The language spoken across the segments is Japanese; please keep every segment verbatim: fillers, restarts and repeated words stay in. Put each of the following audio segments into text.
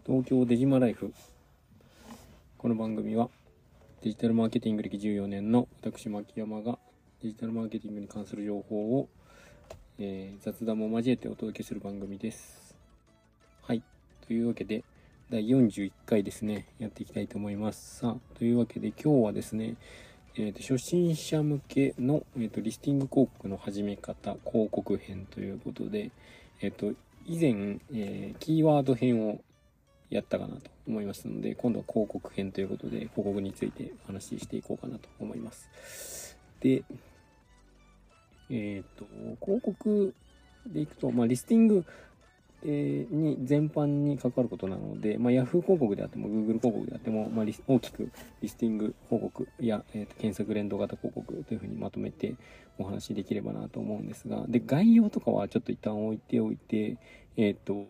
東京デジマライフ。この番組はデジタルマーケティング歴じゅうよねんの私牧山がデジタルマーケティングに関する情報を、えー、雑談も交えてお届けする番組です。はい、というわけでだいよんじゅういっかいですね、やっていきたいと思います。さあ、というわけで今日はですね、えー、と初心者向けの、えー、とリスティング広告の始め方広告編ということで、えー、と以前、えー、キーワード編をやったかなと思いますので、今度は広告編ということで広告についてお話ししていこうかなと思います。で、えっ、ー、と広告でいくと、まあ、リスティング、えー、に全般に関わることなので、まあ、Yahoo 広告であっても Google 広告であっても、まあ、大きくリスティング広告や、えー、と検索連動型広告というふうにまとめてお話しできればなと思うんですが、で概要とかはちょっと一旦置いておいて、えっ、ー、と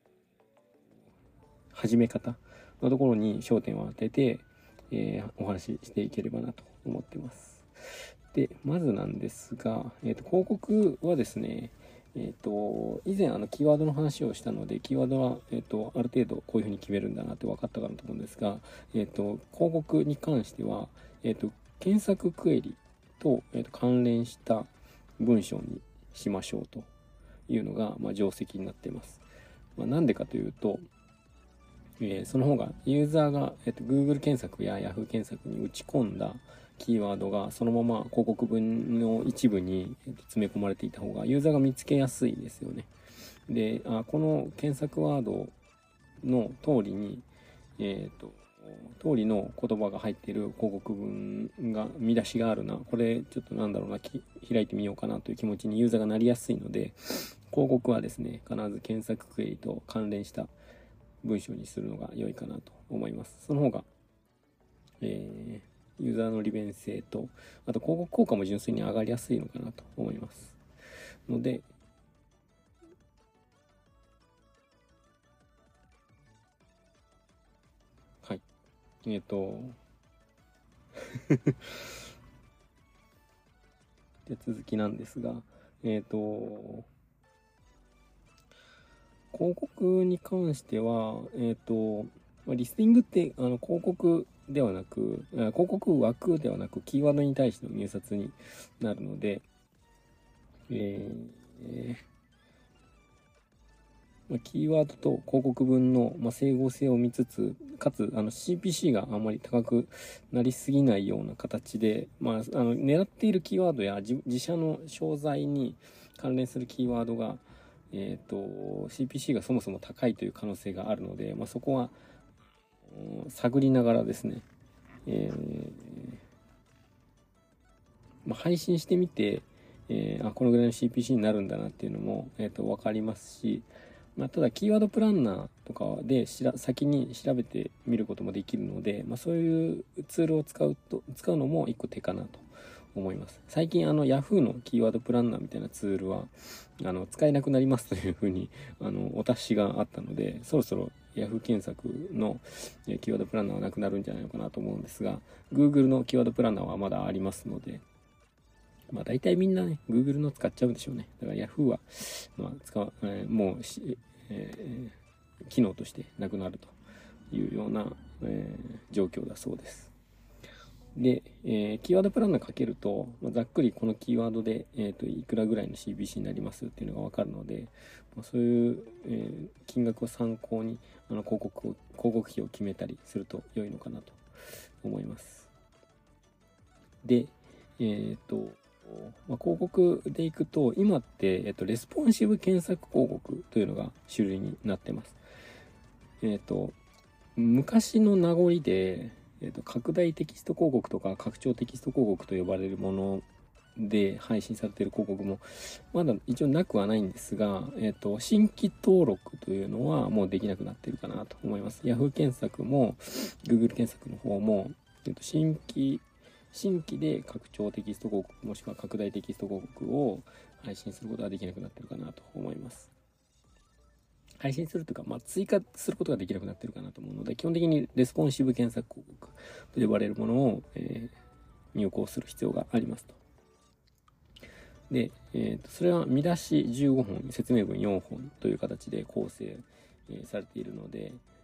始め方のところに焦点を当てて、えー、お話ししていければなと思ってます。で、まずなんですが、えーと、広告はですね、えーと、以前あのキーワードの話をしたので、キーワードは、えーと、ある程度こういうふうに決めるんだなって分かったかなと思うんですが、えーと、広告に関しては、えーと、検索クエリと、えーと、関連した文章にしましょうというのが、まあ、定石になっています。まあ、なんでかというと、えー、その方がユーザーが、えーと、Google 検索や Yahoo 検索に打ち込んだキーワードがそのまま広告文の一部に、えーと、詰め込まれていた方がユーザーが見つけやすいですよね。で、あこの検索ワードの通りに、えっ、ー、と通りの言葉が入っている広告文が見出しがあるな、これちょっとなんだろうな、開いてみようかなという気持ちにユーザーがなりやすいので、広告はですね、必ず検索クエリと関連した文章にするのが良いかなと思います。その方が、えー、ユーザーの利便性と、あと広告効果も純粋に上がりやすいのかなと思います。ので、はい。えっ、ー、と、で続きなんですが、えっ、ー、と、広告に関しては、えっ、ー、と、リスティングってあの広告ではなく、広告枠ではなくキーワードに対しての入札になるので、えー、まあ、キーワードと広告文の、まあ、整合性を見つつ、かつあの シーピーシー があんまり高くなりすぎないような形で、まあ、あの狙っているキーワードや 自, 自社の商材に関連するキーワードが、えーと、シーピーシー がそもそも高いという可能性があるので、まあ、そこは探りながらですね、えーまあ、配信してみて、えー、あこのぐらいの シーピーシー になるんだなっていうのも、えーと、分かりますし、まあ、ただキーワードプランナーとかでしら先に調べてみることもできるので、まあ、そういうツールを使うと使うのも一個手かなと思います。最近あの Yahoo のキーワードプランナーみたいなツールはあの使えなくなりますというふうにあのお達しがあったので、そろそろ Yahoo 検索のキーワードプランナーはなくなるんじゃないのかなと思うんですが、 Google のキーワードプランナーはまだありますので、まあ大体みんなね Google の使っちゃうんでしょうね。だから Yahoo は、まあ、使わ、えー、もう、えー、機能としてなくなるというような、えー、状況だそうです。で、えー、キーワードプランナーかけると、まあ、ざっくりこのキーワードで、えーと、いくらぐらいの シーピーシー になりますっていうのが分かるので、まあ、そういう、えー、金額を参考にあの広告を広告費を決めたりすると良いのかなと思います。で、えーとまあ、広告でいくと今って、えっと、レスポンシブ検索広告というのが種類になってます。えっと昔の名残で、えっと、拡大テキスト広告とか拡張テキスト広告と呼ばれるもので配信されている広告もまだ一応なくはないんですが、えっと、新規登録というのはもうできなくなっているかなと思います。Yahoo 検索も Google 検索の方も、えっと、新規新規で拡張テキスト広告もしくは拡大テキスト広告を配信することができなくなっているかなと思います。配信するというか、まあ、追加することができなくなっているかなと思うので、基本的にレスポンシブ検索広告と呼ばれるものを、えー、入稿する必要がありますと。で、えー、とそれは見出しじゅうごほん、説明文よんほんという形で構成、えー、されているので、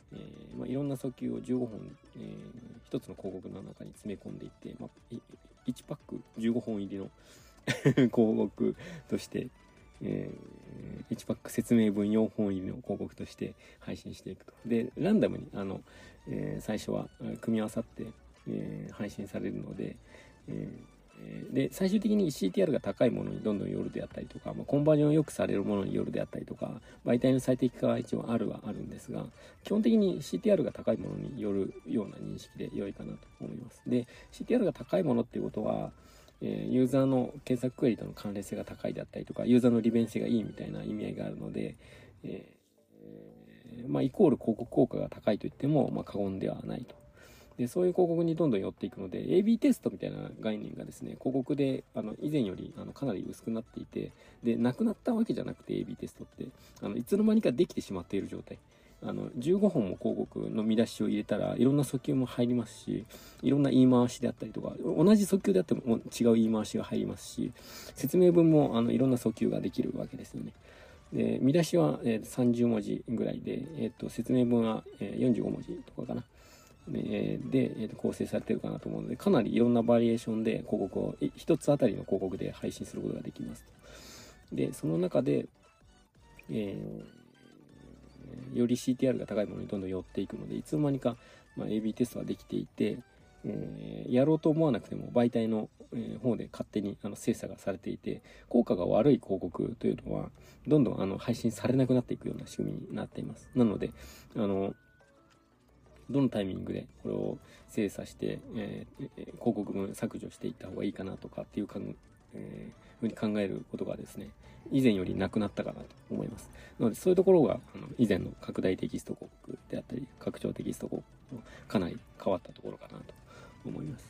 えーまあ、いろんな訴求をじゅうごほん、えー、ひとつの広告の中に詰め込んでいって、まあ、いちパックじゅうごほん入りの広告として、えー、いちパック説明文よんほん入りの広告として配信していくと。で、ランダムに、あの、えー、最初は組み合わさって、えー、配信されるので、えー、で、最終的に シーティーアール が高いものにどんどん寄るであったりとか、まあ、コンバージョンを良くされるものに寄るであったりとか、媒体の最適化は一応あるはあるんですが、基本的に シーティーアール が高いものに寄るような認識で良いかなと思います。で、シーティーアール が高いものっていうことは、えー、ユーザーの検索クエリとの関連性が高いであったりとか、ユーザーの利便性がいいみたいな意味合いがあるので、えー、まあ、イコール広告効果が高いと言っても、まあ、過言ではないと。で、そういう広告にどんどん寄っていくので、エービー テストみたいな概念がですね、広告で、あの、以前より、あの、かなり薄くなっていて、で、なくなったわけじゃなくて エービー テストって、あの、いつの間にかできてしまっている状態。あの、じゅうごほんも広告の見出しを入れたらいろんな訴求も入りますし、いろんな言い回しであったりとか、同じ訴求であっても違う言い回しが入りますし、説明文もあのいろんな訴求ができるわけですよね。で、見出しは、えー、さんじゅうもじぐらいで、えっと、説明文は、えー、よんじゅうごもじとかかな。で、でえー、と構成されてるかなと思うので、かなりいろんなバリエーションで広告を、一つあたりの広告で配信することができますと。で、その中で、えーより シーティーアール が高いものにどんどん寄っていくので、いつの間にか、まあ、エービー テストができていて、えー、やろうと思わなくても媒体の、えー、方で勝手にあの精査がされていて、効果が悪い広告というのはどんどんあの配信されなくなっていくような仕組みになっています。なので、あのどのタイミングでこれを精査して、えー、広告文削除していった方がいいかなとかっていうかん、えー、ふうに考えることがですね、以前よりなくなったかなと思います。なのでそういうところがあの以前の拡大テキスト広告であったり拡張テキスト広告のかなり変わったところかなと思います。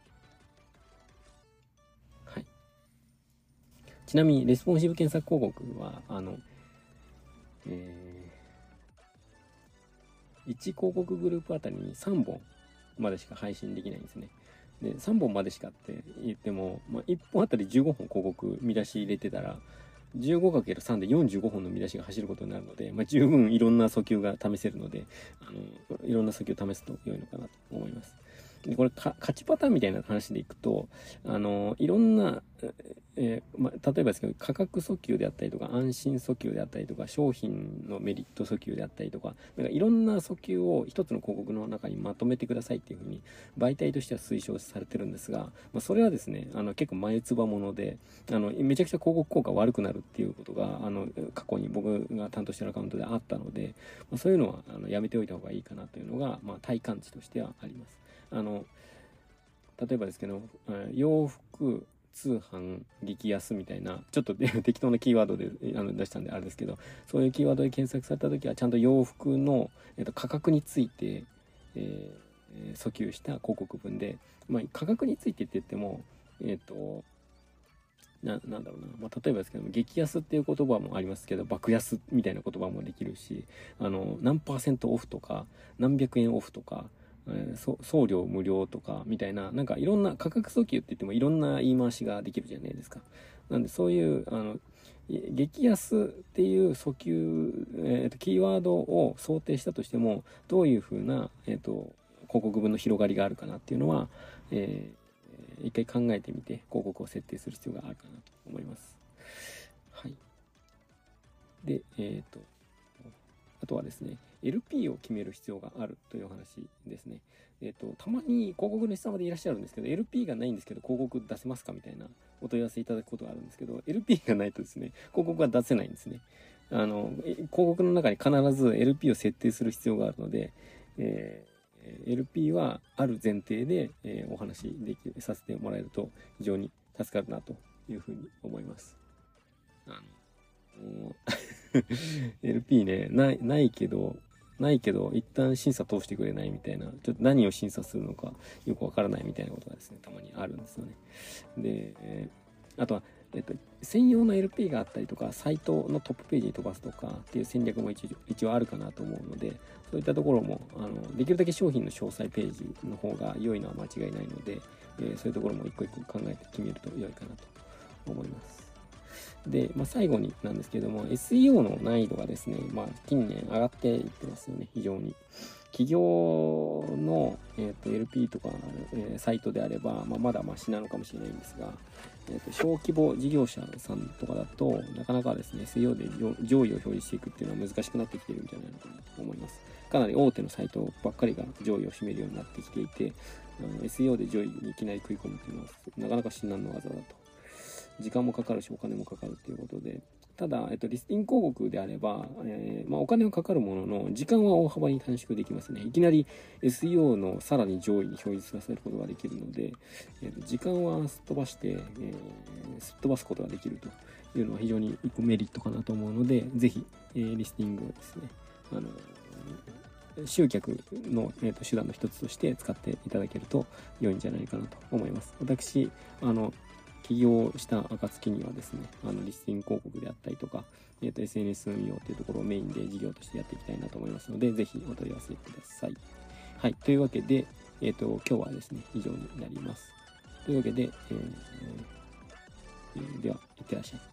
はい。ちなみにレスポンシブ検索広告はあの、えー、いち広告グループあたりにさんぼんまでしか配信できないんですね。で、さんぼんまでしかって言っても、まあ、いっぽんあたりじゅうごほん広告見出し入れてたら、じゅうごかけるさん でよんじゅうごほんの見出しが走ることになるので、まあ、十分いろんな訴求が試せるので、あの、いろんな訴求を試すと良いのかなと思います。で、これか、勝ちパターンみたいな話でいくと、あの、いろんな、えー、まあ、例えばですけど、価格訴求であったりとか、安心訴求であったりとか、商品のメリット訴求であったりとか、なんかいろんな訴求を一つの広告の中にまとめてくださいっていうふうに、媒体としては推奨されてるんですが、まあ、それはですね、あの、結構眉唾もので、あの、めちゃくちゃ広告効果悪くなるっていうことが、あの、過去に僕が担当してるアカウントであったので、まあ、そういうのは、あの、やめておいた方がいいかなというのが、まあ、体感値としてはあります。あの、例えばですけど、洋服、通販、激安みたいな、ちょっと適当なキーワードであの出したんであれですけど、そういうキーワードで検索されたときは、ちゃんと洋服の、えっと、価格について、えー、訴求した広告文で、まあ、価格についてって言っても、えっと、な、なんだろうな。まあ、例えばですけども、激安っていう言葉もありますけど、爆安みたいな言葉もできるし、あの、何パーセントオフとか、何百円オフとか、えー、送料無料とかみたいな、なんかいろんな価格訴求って言ってもいろんな言い回しができるじゃないですか。なんでそういう、あの、激安っていう訴求、えーと、キーワードを想定したとしても、どういうふうな、えっと、広告文の広がりがあるかなっていうのは、えー、一回考えてみて広告を設定する必要があるかなと思います。はい。で、えっと、あとはですね、エルピー を決める必要があるという話ですね。えっと、たまに広告の質までいらっしゃるんですけど、エルピー がないんですけど、広告出せますかみたいなお問い合わせいただくことがあるんですけど、エルピー がないとですね、広告が出せないんですね。あの、広告の中に必ず エルピー を設定する必要があるので、えー、エルピー はある前提で、えー、お話できさせてもらえると非常に助かるなというふうに思います。あのエルピー ね、ない、ないけど、ないけど、一旦審査通してくれないみたいな、ちょっと何を審査するのかよくわからないみたいなことがですね、たまにあるんですよね。で、えー、あとは、えっと、専用の エルピー があったりとか、サイトのトップページに飛ばすとかっていう戦略も一応一応あるかなと思うので、そういったところも、あの、できるだけ商品の詳細ページの方が良いのは間違いないので、えー、そういうところも一個一個考えて決めると良いかなと思います。 で、まあ、最後になんですけども、エスイーオー の難易度がですね、まあ、近年上がっていってますよね、非常に。企業の、えー、と エルピー とか、えー、サイトであれば、まあ、まだマシなのかもしれないんですが、えー、と小規模事業者さんとかだと、なかなかですね、エスイーオー で上位を表示していくっていうのは難しくなってきてるんじゃないのかなと思います。かなり大手のサイトばっかりが上位を占めるようになってきていて、エスイーオー で上位にいきなり食い込むっていうのは、なかなか至難の技だと。時間もかかるし、お金もかかるということで、ただ、えっと、リスティング広告であれば、えーまあ、お金はかかるものの、時間は大幅に短縮できますね。いきなり エスイーオー のさらに上位に表示させることができるので、えー、時間はすっ飛ばして、えー、すっ飛ばすことができるというのは非常に一個メリットかなと思うので、ぜひ、えー、リスティングをですね、あの、集客の、えーと、手段の一つとして使っていただけると良いんじゃないかなと思います。私、あの、起業した暁にはですね、あのリスティング広告であったりとか、えー、と エスエヌエス 運用というところをメインで事業としてやっていきたいなと思いますので、ぜひお問い合わせください。はい、というわけで、えー、と今日はですね、以上になります。というわけで、えーえー、では、いってらっしゃい。